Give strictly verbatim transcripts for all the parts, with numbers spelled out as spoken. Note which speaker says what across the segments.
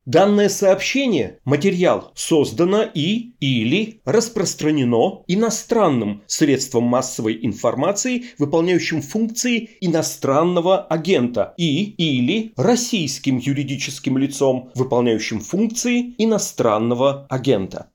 Speaker 1: Данное сообщение, материал, создано и или распространено иностранным средством массовой информации, выполняющим функции иностранного агента, и или российским юридическим лицом, выполняющим функции иностранного агента.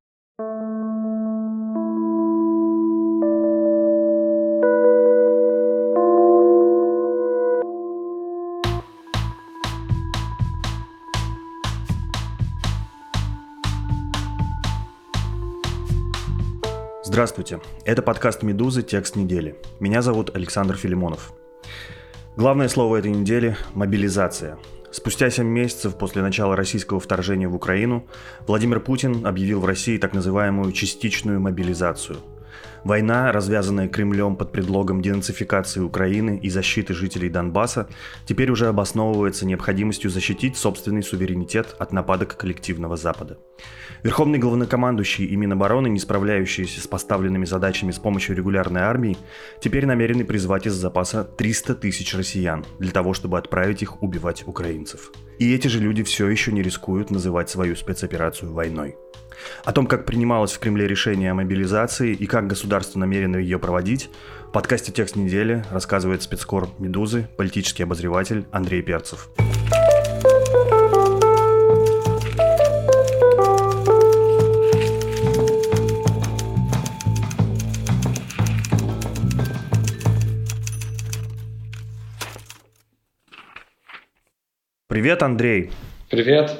Speaker 2: Здравствуйте, это подкаст «Медузы. Текст недели». Меня зовут Александр Филимонов. Главное слово этой недели – мобилизация. Спустя семь месяцев после начала российского вторжения в Украину Владимир Путин объявил в России так называемую частичную мобилизацию. Война, развязанная Кремлем под предлогом денацификации Украины и защиты жителей Донбасса, теперь уже обосновывается необходимостью защитить собственный суверенитет от нападок коллективного Запада. Верховный главнокомандующий и Минобороны, не справляющиеся с поставленными задачами с помощью регулярной армии, теперь намерены призвать из запаса триста тысяч россиян для того, чтобы отправить их убивать украинцев. И эти же люди все еще не рискуют называть свою спецоперацию войной. О том, как принималось в Кремле решение о мобилизации и как государство намерено ее проводить, в подкасте «Текст недели» рассказывает спецкор «Медузы», политический обозреватель Андрей Перцев. Привет, Андрей.
Speaker 3: Привет.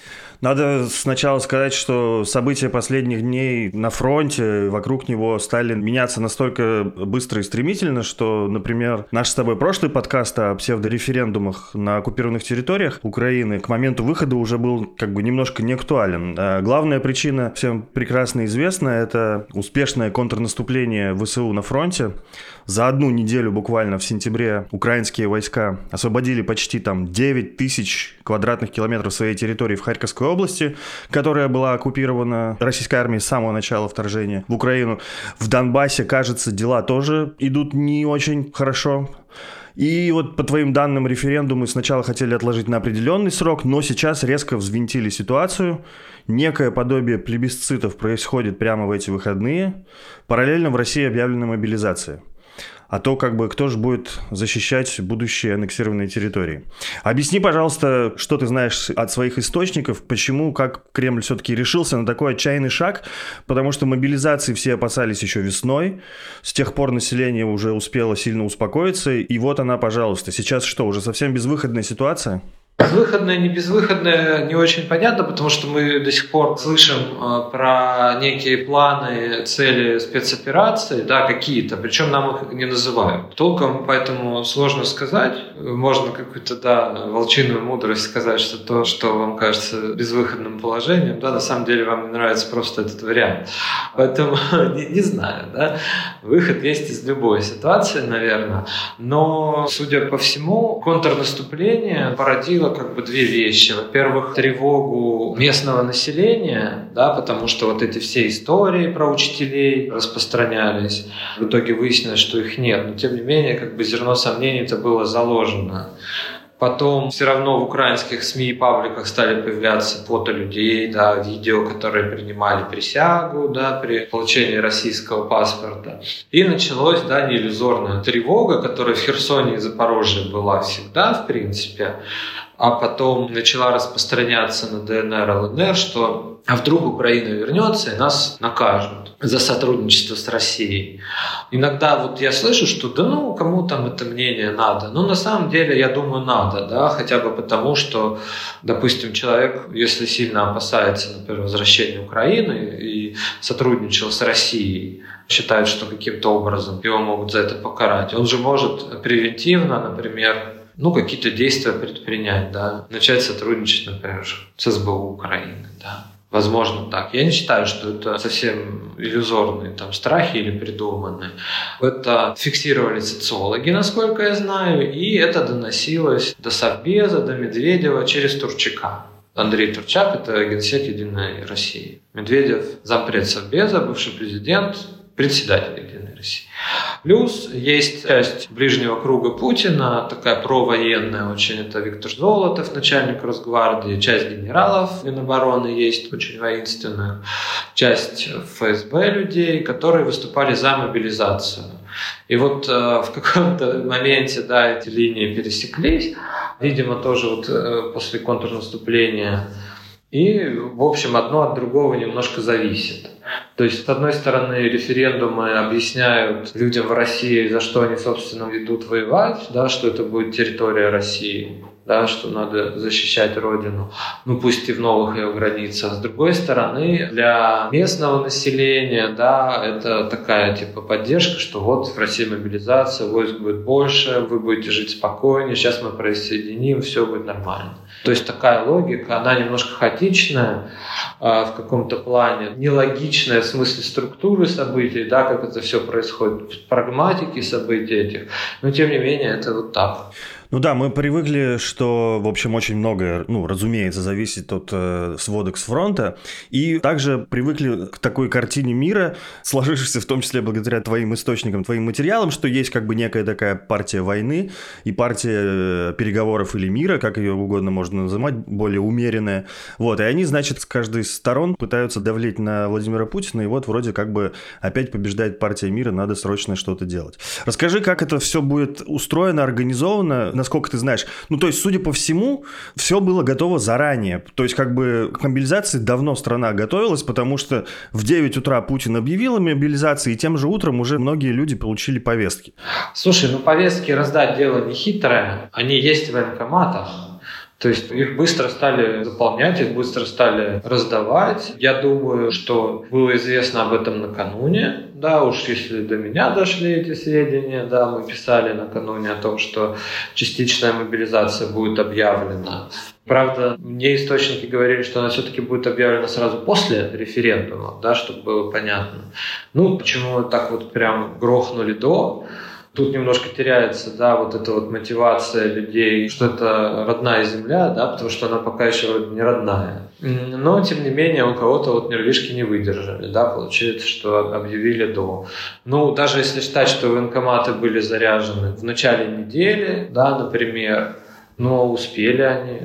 Speaker 2: Надо сначала сказать, что события последних дней на фронте, вокруг него стали меняться настолько быстро и стремительно, что, например, наш с тобой прошлый подкаст о псевдореферендумах на оккупированных территориях Украины к моменту выхода уже был как бы немножко неактуален. А главная причина всем прекрасно известна – это успешное контрнаступление ВСУ на фронте. За одну неделю буквально в сентябре украинские войска освободили почти там девять тысяч квадратных километров своей территории в Харьковской области, которая была оккупирована российской армией с самого начала вторжения в Украину. В Донбассе, кажется, дела тоже идут не очень хорошо. И вот по твоим данным, референдумы сначала хотели отложить на определенный срок, но сейчас резко взвинтили ситуацию. Некое подобие плебисцитов происходит прямо в эти выходные. Параллельно в России объявлена мобилизация. А то, как бы, кто же будет защищать будущие аннексированные территории. Объясни, пожалуйста, что ты знаешь от своих источников, почему, как Кремль все-таки решился на такой отчаянный шаг, потому что мобилизации все опасались еще весной, с тех пор население уже успело сильно успокоиться, и вот она, пожалуйста. Сейчас что, уже совсем безвыходная ситуация?
Speaker 3: Безвыходная, не безвыходная, не очень понятно, потому что мы до сих пор слышим э, про некие планы, цели спецоперации, да, какие-то, причем нам их не называют. Толком, поэтому сложно сказать. Можно какую-то, да, волчиную мудрость сказать, что то, что вам кажется безвыходным положением, да, на самом деле вам не нравится просто этот вариант. Поэтому не, не знаю, да, выход есть из любой ситуации, наверное. Но, судя по всему, контрнаступление породило как бы две вещи. Во-первых, тревогу местного населения, да, потому что вот эти все истории про учителей распространялись. В итоге выяснилось, что их нет. Но тем не менее, как бы зерно сомнений-то было заложено. Потом все равно в украинских СМИ и пабликах стали появляться фото людей, да, видео, которые принимали присягу, да, при получении российского паспорта. И началась, да, неиллюзорная тревога, которая в Херсоне и Запорожье была всегда, в принципе, а потом начала распространяться на ДНР, ЛНР, что а вдруг Украина вернется и нас накажут за сотрудничество с Россией. Иногда вот я слышу, что да ну, кому там это мнение надо. Но на самом деле, я думаю, надо, да, хотя бы потому, что, допустим, человек, если сильно опасается, например, возвращения Украины и сотрудничал с Россией, считает, что каким-то образом его могут за это покарать, он же может превентивно, например, ну, какие-то действия предпринять, да, начать сотрудничать, например, с СБУ Украины, да. Возможно так. Я не считаю, что это совсем иллюзорные там страхи или придуманные. Это фиксировали социологи, насколько я знаю, и это доносилось до Совбеза, до Медведева через Турчака. Андрей Турчак – это генсек «Единой России». Медведев – зампред Совбеза, бывший президент, председателя «Единой России». Плюс есть часть ближнего круга Путина, такая провоенная очень, это Виктор Золотов, начальник Росгвардии, часть генералов Минобороны есть, очень воинственная, часть эф эс бэ людей, которые выступали за мобилизацию. И вот э, в каком-то моменте, да, эти линии пересеклись, видимо, тоже вот э, после контрнаступления. И, в общем, одно от другого немножко зависит. То есть, с одной стороны, референдумы объясняют людям в России, за что они, собственно, идут воевать, да, что это будет территория России, да, что надо защищать Родину, ну пусть и в новых ее границах. С другой стороны, для местного населения, да, это такая типа поддержка, что вот в России мобилизация, войск будет больше, вы будете жить спокойнее, сейчас мы присоединим, все будет нормально. То есть такая логика, она немножко хаотичная э, в каком-то плане, нелогичная в смысле структуры событий, да, как это все происходит, в прагматике событий этих, но тем не менее это вот так.
Speaker 2: Ну да, мы привыкли, что, в общем, очень многое, ну, разумеется, зависит от э, сводок с фронта, и также привыкли к такой картине мира, сложившейся в том числе благодаря твоим источникам, твоим материалам, что есть как бы некая такая партия войны и партия э, переговоров или мира, как ее угодно можно называть, более умеренная. Вот, и они, значит, с каждой из сторон пытаются давлеть на Владимира Путина, и вот вроде как бы опять побеждает партия мира, надо срочно что-то делать. Расскажи, как это все будет устроено, организовано, насколько ты знаешь. Ну, то есть, судя по всему, все было готово заранее. То есть, как бы к мобилизации давно страна готовилась, потому что в девять утра Путин объявил о мобилизации, и тем же утром уже многие люди получили повестки.
Speaker 3: Слушай, ну повестки раздать дело не хитрое. Они есть в военкоматах. То есть их быстро стали заполнять, их быстро стали раздавать. Я думаю, что было известно об этом накануне. Да, уж если до меня дошли эти сведения, да, мы писали накануне о том, что частичная мобилизация будет объявлена. Правда, мне источники говорили, что она все-таки будет объявлена сразу после референдума, да, чтобы было понятно. Ну, почему так вот прям грохнули до... Тут немножко теряется, да, вот эта вот мотивация людей, что это родная земля, да, потому что она пока еще вроде не родная. Но, тем не менее, у кого-то вот нервишки не выдержали, да, получается, что объявили до. Ну, даже если считать, что военкоматы были заряжены в начале недели, да, например, но успели они,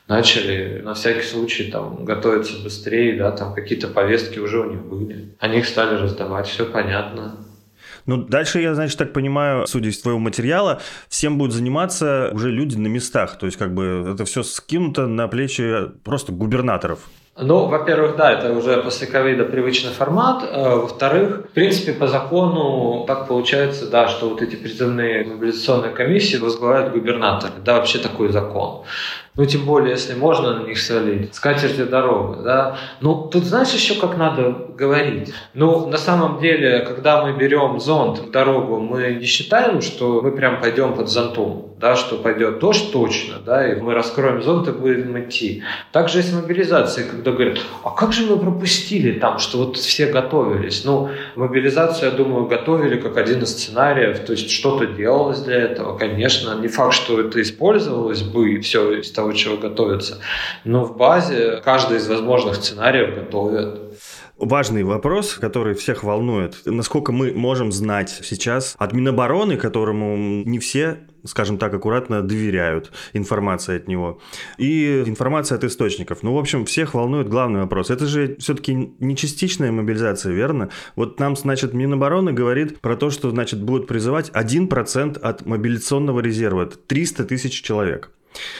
Speaker 3: начали на всякий случай там готовиться быстрее, да, там какие-то повестки уже у них были. Они их стали раздавать, все понятно.
Speaker 2: Ну, дальше я, значит, так понимаю, судя из твоего материала, всем будут заниматься уже люди на местах. То есть, как бы, это все скинуто на плечи просто губернаторов.
Speaker 3: Ну, во-первых, да, это уже после ковида привычный формат. Во-вторых, в принципе, по закону так получается, да, что вот эти призывные мобилизационные комиссии возглавляют губернаторы. Да, вообще такой закон. Ну, тем более, если можно на них свалить. С катертью дорога, да. Ну, тут знаешь еще, как надо говорить? Ну, на самом деле, когда мы берем зонт в дорогу, мы не считаем, что мы прям пойдем под зонтом, да, что пойдет дождь точно, да, и мы раскроем зонт и будем идти. Также и с мобилизацией, когда говорят, а как же мы пропустили там, что вот все готовились? Ну, мобилизацию, я думаю, готовили как один из сценариев, то есть что-то делалось для этого, конечно. Не факт, что это использовалось бы, все из того, чего готовится. Но в базе каждый из возможных сценариев готовят.
Speaker 2: Важный вопрос, который всех волнует. Насколько мы можем знать сейчас от Минобороны, которому не все, скажем так, аккуратно доверяют информации от него, и информация от источников. Ну, в общем, всех волнует главный вопрос. Это же все-таки не частичная мобилизация, верно? Вот нам, значит, Минобороны говорит про то, что, значит, будут призывать один процент от мобилизационного резерва. Это триста тысяч человек.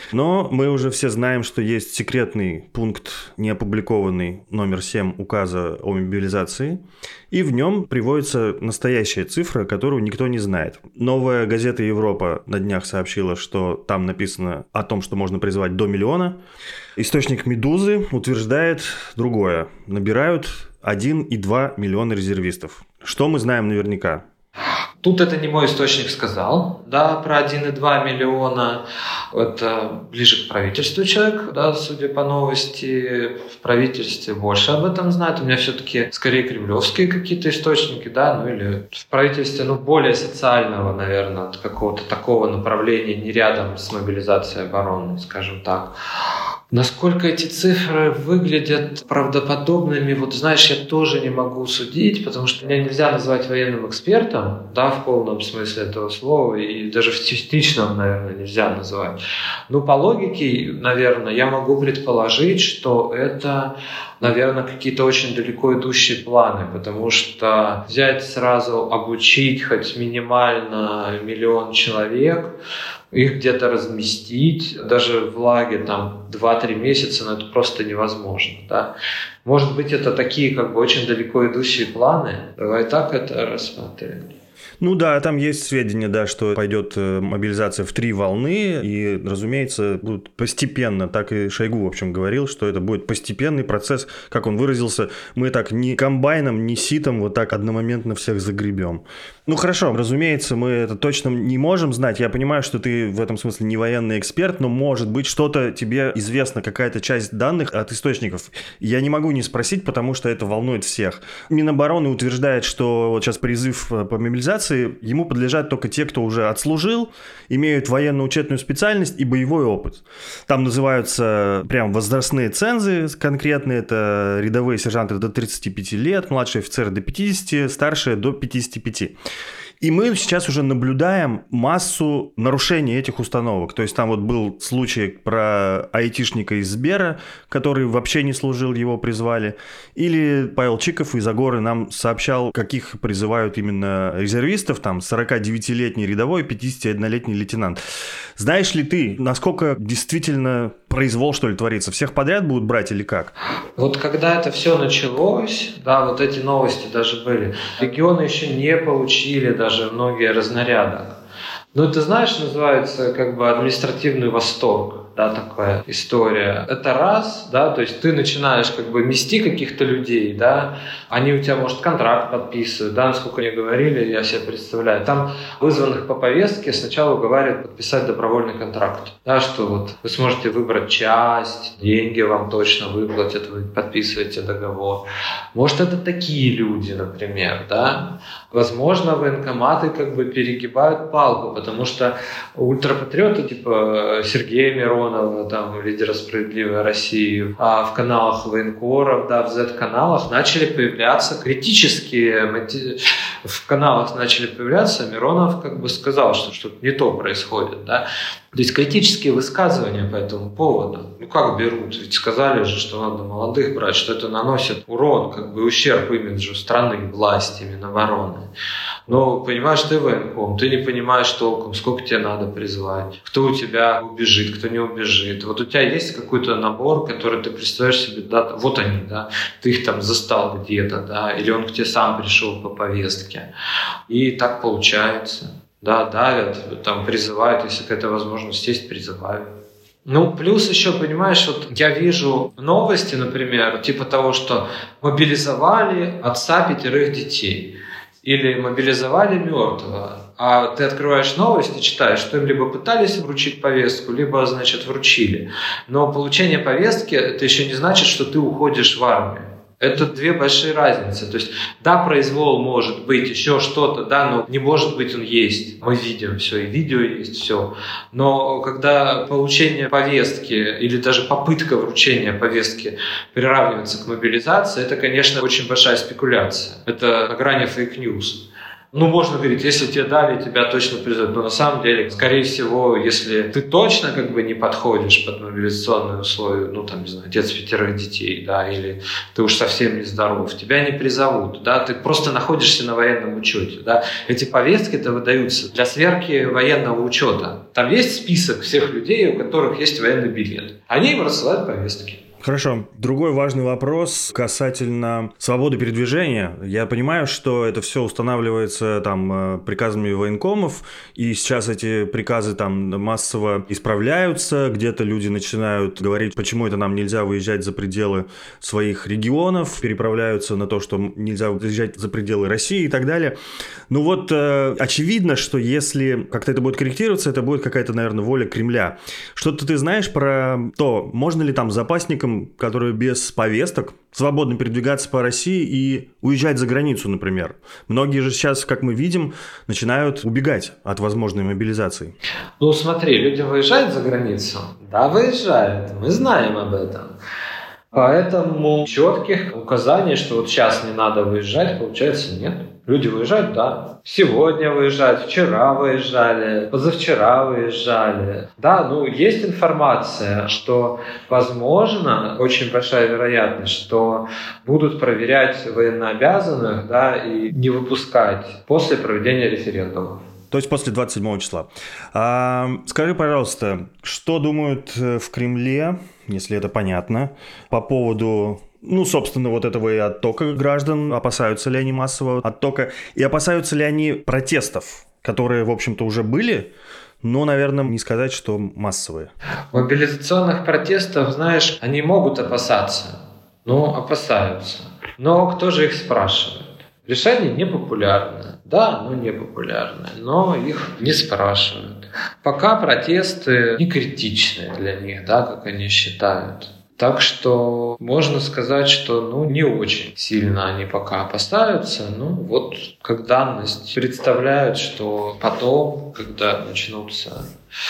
Speaker 2: Но мы уже все знаем, что есть секретный пункт, не опубликованный, номер семь указа о мобилизации, и в нем приводится настоящая цифра, которую никто не знает. Новая газета «Европа» на днях сообщила, что там написано о том, что можно призвать до миллиона. Источник «Медузы» утверждает другое. Набирают один и два миллиона резервистов. Что мы знаем наверняка?
Speaker 3: Тут это не мой источник сказал, да, про один и два миллиона. Это ближе к правительству человек, да, судя по новости. В правительстве больше об этом знают. У меня все-таки скорее кремлевские какие-то источники, да, ну или в правительстве, ну, более социального, наверное, от какого-то такого направления, не рядом с мобилизацией обороны, скажем так. Насколько эти цифры выглядят правдоподобными, вот знаешь, я тоже не могу судить, потому что меня нельзя назвать военным экспертом, да, в полном смысле этого слова, и даже в частичном, наверное, нельзя назвать. Но по логике, наверное, я могу предположить, что это, наверное, какие-то очень далеко идущие планы, потому что взять сразу, обучить хоть минимально миллион человек, их где-то разместить, даже в лаге там два-три месяца, но это просто невозможно. Да? Может быть, это такие как бы очень далеко идущие планы. Давай так это рассматриваем.
Speaker 2: Ну да, там есть сведения, да, что пойдет мобилизация в три волны, и, разумеется, будут постепенно, так и Шойгу, в общем, говорил, что это будет постепенный процесс, как он выразился, мы так ни комбайном, ни ситом вот так одномоментно всех загребем. Ну хорошо, разумеется, мы это точно не можем знать, я понимаю, что ты в этом смысле не военный эксперт, но может быть что-то тебе известно, какая-то часть данных от источников. Я не могу не спросить, потому что это волнует всех. Минобороны утверждает, что вот сейчас призыв по мобилизации ему подлежат только те, кто уже отслужил, имеют военно-учетную специальность и боевой опыт. Там называются прям возрастные цензы конкретные, это рядовые сержанты до тридцати пяти лет, младшие офицеры до пятидесяти, старшие до пятидесяти пяти. И мы сейчас уже наблюдаем массу нарушений этих установок. То есть там вот был случай про айтишника из Сбера, который вообще не служил, его призвали. Или Павел Чиков из Агоры нам сообщал, каких призывают именно резервистов, там сорокадевятилетний рядовой, пятидесятиоднолетний лейтенант. Знаешь ли ты, насколько действительно произвол, что ли, творится? Всех подряд будут брать или как?
Speaker 3: Вот когда это все началось, да, вот эти новости даже были, регионы еще не получили даже многие разнарядок. Ну, это, знаешь, называется как бы административный восторг, да, такая история. Это раз, да, то есть ты начинаешь как бы мести каких-то людей, да, они у тебя, может, контракт подписывают, да, насколько они говорили, я себе представляю. Там вызванных по повестке сначала уговаривают подписать добровольный контракт, да, что вот вы сможете выбрать часть, деньги вам точно выплатят, вы подписываете договор. Может, это такие люди, например, да. Возможно, военкоматы как бы перегибают палку, потому что ультрапатриоты типа Сергея Миронова, там, лидера «Справедливой России», а в каналах военкоров, да, в зет-каналах начали появляться критические, в каналах начали появляться, Миронов как бы сказал, что что-то не то происходит, да. То есть критические высказывания по этому поводу. Ну как берут? Ведь сказали же, что надо молодых брать, что это наносит урон, как бы ущерб имиджу страны, власти, Минобороны. Но понимаешь, ты военком, ты не понимаешь толком, сколько тебе надо призвать, кто у тебя убежит, кто не убежит. Вот у тебя есть какой-то набор, который ты представляешь себе, да, вот они, да, ты их там застал где-то, да, или он к тебе сам пришел по повестке. И так получается. Да, давят, там призывают, если какая-то возможность есть, призывают. Ну, плюс еще, понимаешь, вот я вижу новости, например, типа того, что мобилизовали отца пятерых детей или мобилизовали мертвого. А ты открываешь новости, читаешь, что им либо пытались вручить повестку, либо, значит, вручили. Но получение повестки, это еще не значит, что ты уходишь в армию. Это две большие разницы. То есть, да, произвол может быть, еще что-то, да, но не может быть он есть. Мы видим все, и видео есть, все. Но когда получение повестки или даже попытка вручения повестки приравнивается к мобилизации, это, конечно, очень большая спекуляция. Это на грани фейк-ньюс. Ну, можно говорить, если тебе дали, тебя точно призовут. Но на самом деле, скорее всего, если ты точно как бы не подходишь под мобилизационные условия, ну, там, не знаю, отец пятерых детей, да, или ты уж совсем не здоров, тебя не призовут, да, ты просто находишься на военном учете, да. Эти повестки-то выдаются для сверки военного учета. Там есть список всех людей, у которых есть военный билет. Они им рассылают повестки.
Speaker 2: Хорошо. Другой важный вопрос касательно свободы передвижения. Я понимаю, что это все устанавливается там приказами военкомов, и сейчас эти приказы там массово исправляются, где-то люди начинают говорить, почему это нам нельзя выезжать за пределы своих регионов, переправляются на то, что нельзя выезжать за пределы России и так далее. Ну вот э, очевидно, что если как-то это будет корректироваться, это будет какая-то, наверное, воля Кремля. Что-то ты знаешь про то, можно ли там запасникам человеком, который без повесток, свободно передвигаться по России и уезжать за границу, например. Многие же сейчас, как мы видим, начинают убегать от возможной мобилизации.
Speaker 3: Ну, смотри, люди выезжают за границу? Да, выезжают. Мы знаем об этом. Поэтому четких указаний, что вот сейчас не надо выезжать, получается, нет. Люди выезжают, да. Сегодня выезжают, вчера выезжали, позавчера выезжали. Да, ну есть информация, что, возможно, очень большая вероятность, что будут проверять военнообязанных, да, и не выпускать после проведения референдумов.
Speaker 2: То есть после двадцать седьмого числа. А, скажи, пожалуйста, что думают в Кремле, если это понятно, по поводу, ну, собственно, вот этого и оттока граждан? Опасаются ли они массового оттока? И опасаются ли они протестов, которые, в общем-то, уже были, но, наверное, не сказать, что массовые?
Speaker 3: Мобилизационных протестов, знаешь, они могут опасаться, но опасаются. Но кто же их спрашивает? Решение непопулярное. Да, оно непопулярное, но их не спрашивают. Пока протесты не критичные для них, да, как они считают. Так что можно сказать, что ну, не очень сильно они пока опасаются. Ну вот как данность представляют, что потом, когда начнутся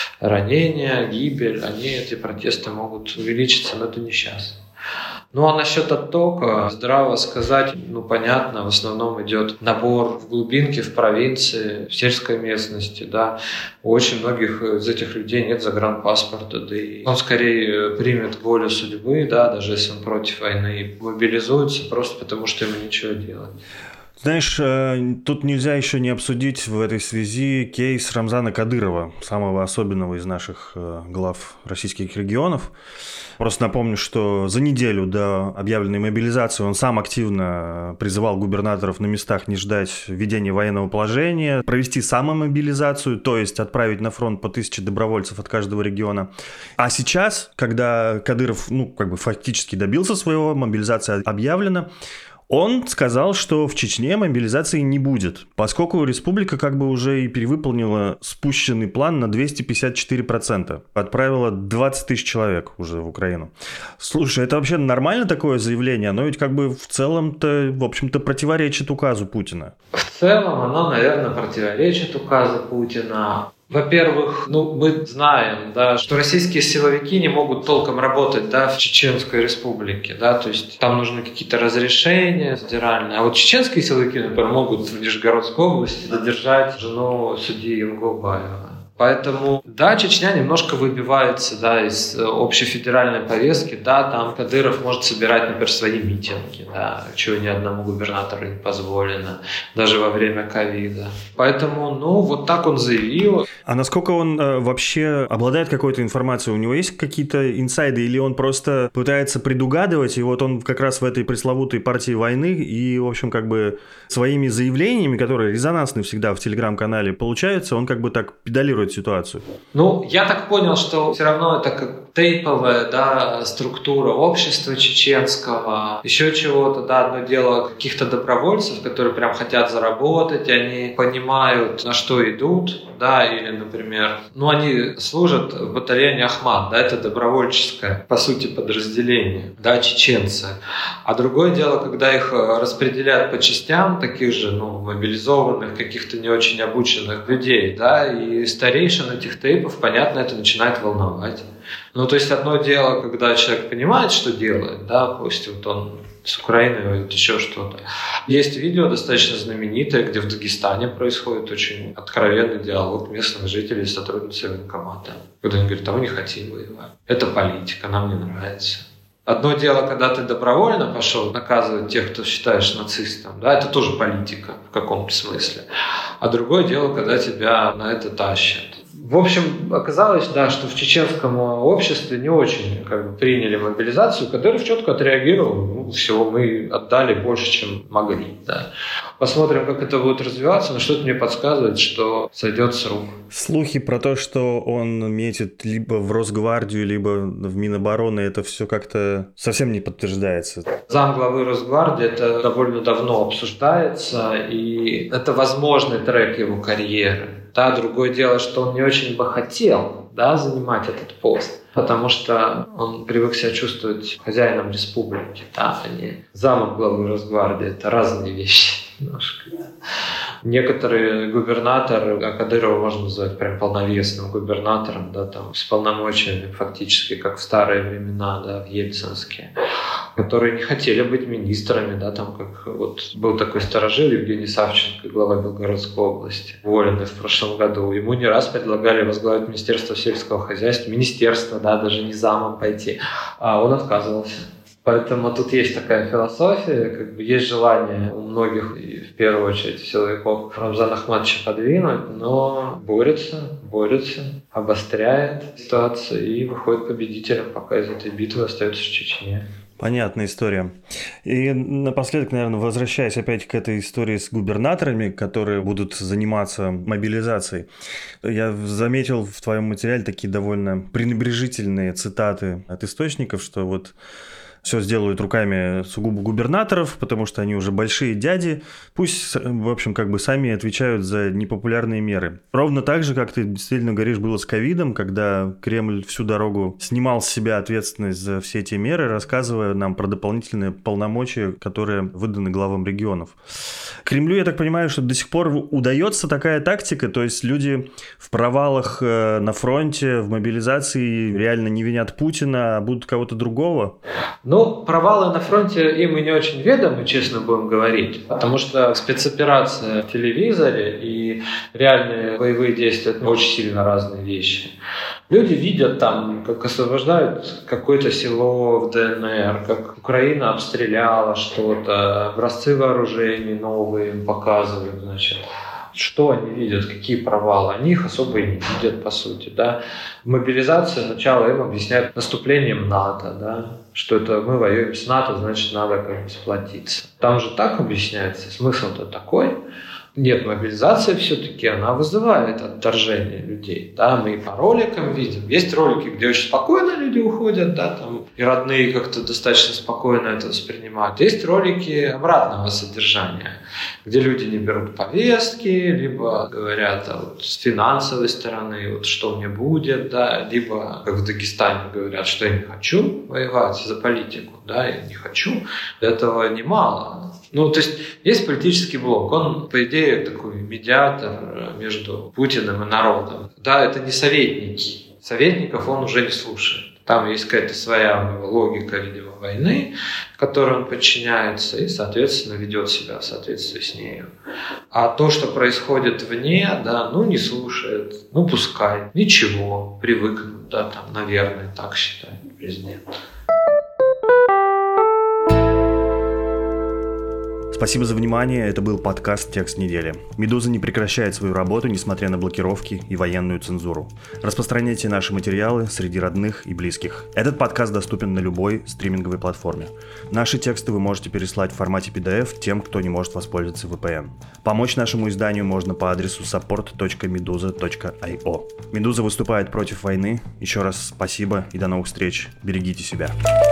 Speaker 3: ранения, гибель, они, эти протесты могут увеличиться, но это не сейчас. Ну а насчет оттока, здраво сказать, ну понятно, в основном идет набор в глубинке, в провинции, в сельской местности, да. У очень многих из этих людей нет загранпаспорта, да и он скорее примет волю судьбы, да, даже если он против войны, и мобилизуется просто потому, что ему нечего делать.
Speaker 2: Знаешь, тут нельзя еще не обсудить в этой связи кейс Рамзана Кадырова, самого особенного из наших глав российских регионов. Просто напомню, что за неделю до объявленной мобилизации он сам активно призывал губернаторов на местах не ждать введения военного положения, провести самомобилизацию, то есть отправить на фронт по тысяче добровольцев от каждого региона. А сейчас, когда Кадыров, ну, как бы фактически добился своего, мобилизация объявлена, он сказал, что в Чечне мобилизации не будет, поскольку республика как бы уже и перевыполнила спущенный план на двести пятьдесят четыре процента. Отправила двадцать тысяч человек уже в Украину. Слушай, это вообще нормально такое заявление? Оно ведь как бы в целом-то, в общем-то, противоречит указу Путина.
Speaker 3: В целом оно, наверное, противоречит указу Путина. Во-первых, ну, мы знаем, да, что российские силовики не могут толком работать, да, в Чеченской республике, да, то есть там нужны какие-то разрешения федеральные. А вот чеченские силовики, например, могут в Нижегородской области задержать жену судьи Янгулбаева. Поэтому, да, Чечня немножко выбивается, да, из общефедеральной повестки, да, там Кадыров может собирать, например, свои митинги, да, чего ни одному губернатору не позволено, даже во время ковида. Поэтому, ну, вот так он заявил.
Speaker 2: А насколько он э, вообще обладает какой-то информацией? У него есть какие-то инсайды, или он просто пытается предугадывать, и вот он как раз в этой пресловутой партии войны, и, в общем, как бы своими заявлениями, которые резонансны всегда в телеграм-канале получаются, он как бы так педалирует ситуацию?
Speaker 3: Ну, я так понял, что все равно это как тейповая, да, структура общества чеченского, еще чего-то, да, одно дело каких-то добровольцев, которые прям хотят заработать, они понимают, на что идут, да, или, например, ну, они служат в батальоне Ахмат, да, это добровольческое, по сути, подразделение, да, чеченцы. А другое дело, когда их распределяют по частям, таких же, ну, мобилизованных, каких-то не очень обученных людей, да, и старейшин этих тейпов, понятно, это начинает волновать. Ну, то есть, одно дело, когда человек понимает, что делает, да, пусть вот он с Украины, вот еще что-то. Есть видео достаточно знаменитое, где в Дагестане происходит очень откровенный диалог местных жителей с сотрудницей военкомата. Когда они говорят, а мы не хотим воевать. Это политика, нам не нравится. Одно дело, когда ты добровольно пошел наказывать тех, кто считаешь нацистом, да, это тоже политика в каком-то смысле. А другое дело, когда тебя на это тащат. В общем, оказалось, да, что в чеченском обществе не очень как бы, приняли мобилизацию. Кадыров четко отреагировал. Ну, все, мы отдали больше, чем могли. Да. Посмотрим, как это будет развиваться, но что-то мне подсказывает, что сойдет с рук.
Speaker 2: Слухи про то, что он метит либо в Росгвардию, либо в Минобороны, это все как-то совсем не подтверждается.
Speaker 3: Замглавы Росгвардии это довольно давно обсуждается, и это возможный трек его карьеры. Да, другое дело, что он не очень бы хотел, да, занимать этот пост, потому что он привык себя чувствовать хозяином республики, да, а не замом главы Росгвардии. Это разные вещи немножко. Некоторые губернаторы, а Кадырова можно назвать прям полновесным губернатором, да, там, с полномочиями фактически, как в старые времена, да, в ельцинские, которые не хотели быть министрами, да, там, как вот был такой старожил Евгений Савченко, глава Белгородской области, уволенный в прошлом году. Ему не раз предлагали возглавить Министерство сельского хозяйства, министерство, да, даже не замом пойти, а он отказывался. Поэтому тут есть такая философия, как бы есть желание у многих, и в первую очередь силовиков, Рамзана Ахматовича подвинуть, но борется, борется, обостряет ситуацию и выходит победителем, пока из этой битвы остается в Чечне.
Speaker 2: Понятная история. И напоследок, наверное, возвращаясь опять к этой истории с губернаторами, которые будут заниматься мобилизацией, я заметил в твоем материале такие довольно пренебрежительные цитаты от источников, что вот все сделают руками сугубо губернаторов, потому что они уже большие дяди. Пусть, в общем, как бы сами отвечают за непопулярные меры. Ровно так же, как ты действительно говоришь, было с ковидом, когда Кремль всю дорогу снимал с себя ответственность за все эти меры, рассказывая нам про дополнительные полномочия, которые выданы главам регионов. Кремлю, я так понимаю, что до сих пор удается такая тактика, то есть люди в провалах на фронте, в мобилизации реально не винят Путина, а будут кого-то другого?
Speaker 3: Ну, провалы на фронте им и не очень ведомы, честно будем говорить, потому что спецоперация в телевизоре и реальные боевые действия – это очень сильно разные вещи. Люди видят там, как освобождают какое-то село в ДНР, как Украина обстреляла что-то, образцы вооружений новые им показывают, значит. Что они видят, какие провалы? Они их особо и не видят, по сути. Да? Мобилизацию сначала им объясняют наступлением НАТО, да? Что это мы воюем с НАТО, значит, надо как бы сплотиться. Там же так объясняется, смысл-то такой. Нет, мобилизация все-таки, она вызывает отторжение людей. Да, мы и по роликам видим. Есть ролики, где очень спокойно люди уходят, да, там, и родные как-то достаточно спокойно это воспринимают. Есть ролики обратного содержания, где люди не берут повестки, либо говорят а вот, с финансовой стороны, вот, что мне будет, да, либо, как в Дагестане говорят, что я не хочу воевать за политику, да, я не хочу. Этого немало. Ну, то есть, есть политический блок, он, по идее, такой медиатор между Путиным и народом. Да, это не советники. Советников он уже не слушает. Там есть какая-то своя логика, видимо, войны, которой он подчиняется и, соответственно, ведет себя в соответствии с нею. А то, что происходит вне, да, ну, не слушает, ну, пускай, ничего, привыкнут, да, там, наверное, так считает президент.
Speaker 2: Спасибо за внимание. Это был подкаст «Текст недели». «Медуза» не прекращает свою работу, несмотря на блокировки и военную цензуру. Распространяйте наши материалы среди родных и близких. Этот подкаст доступен на любой стриминговой платформе. Наши тексты вы можете переслать в формате пи ди эф тем, кто не может воспользоваться ви пи эн. Помочь нашему изданию можно по адресу support точка meduza точка io. «Медуза» выступает против войны. Еще раз спасибо и до новых встреч. Берегите себя.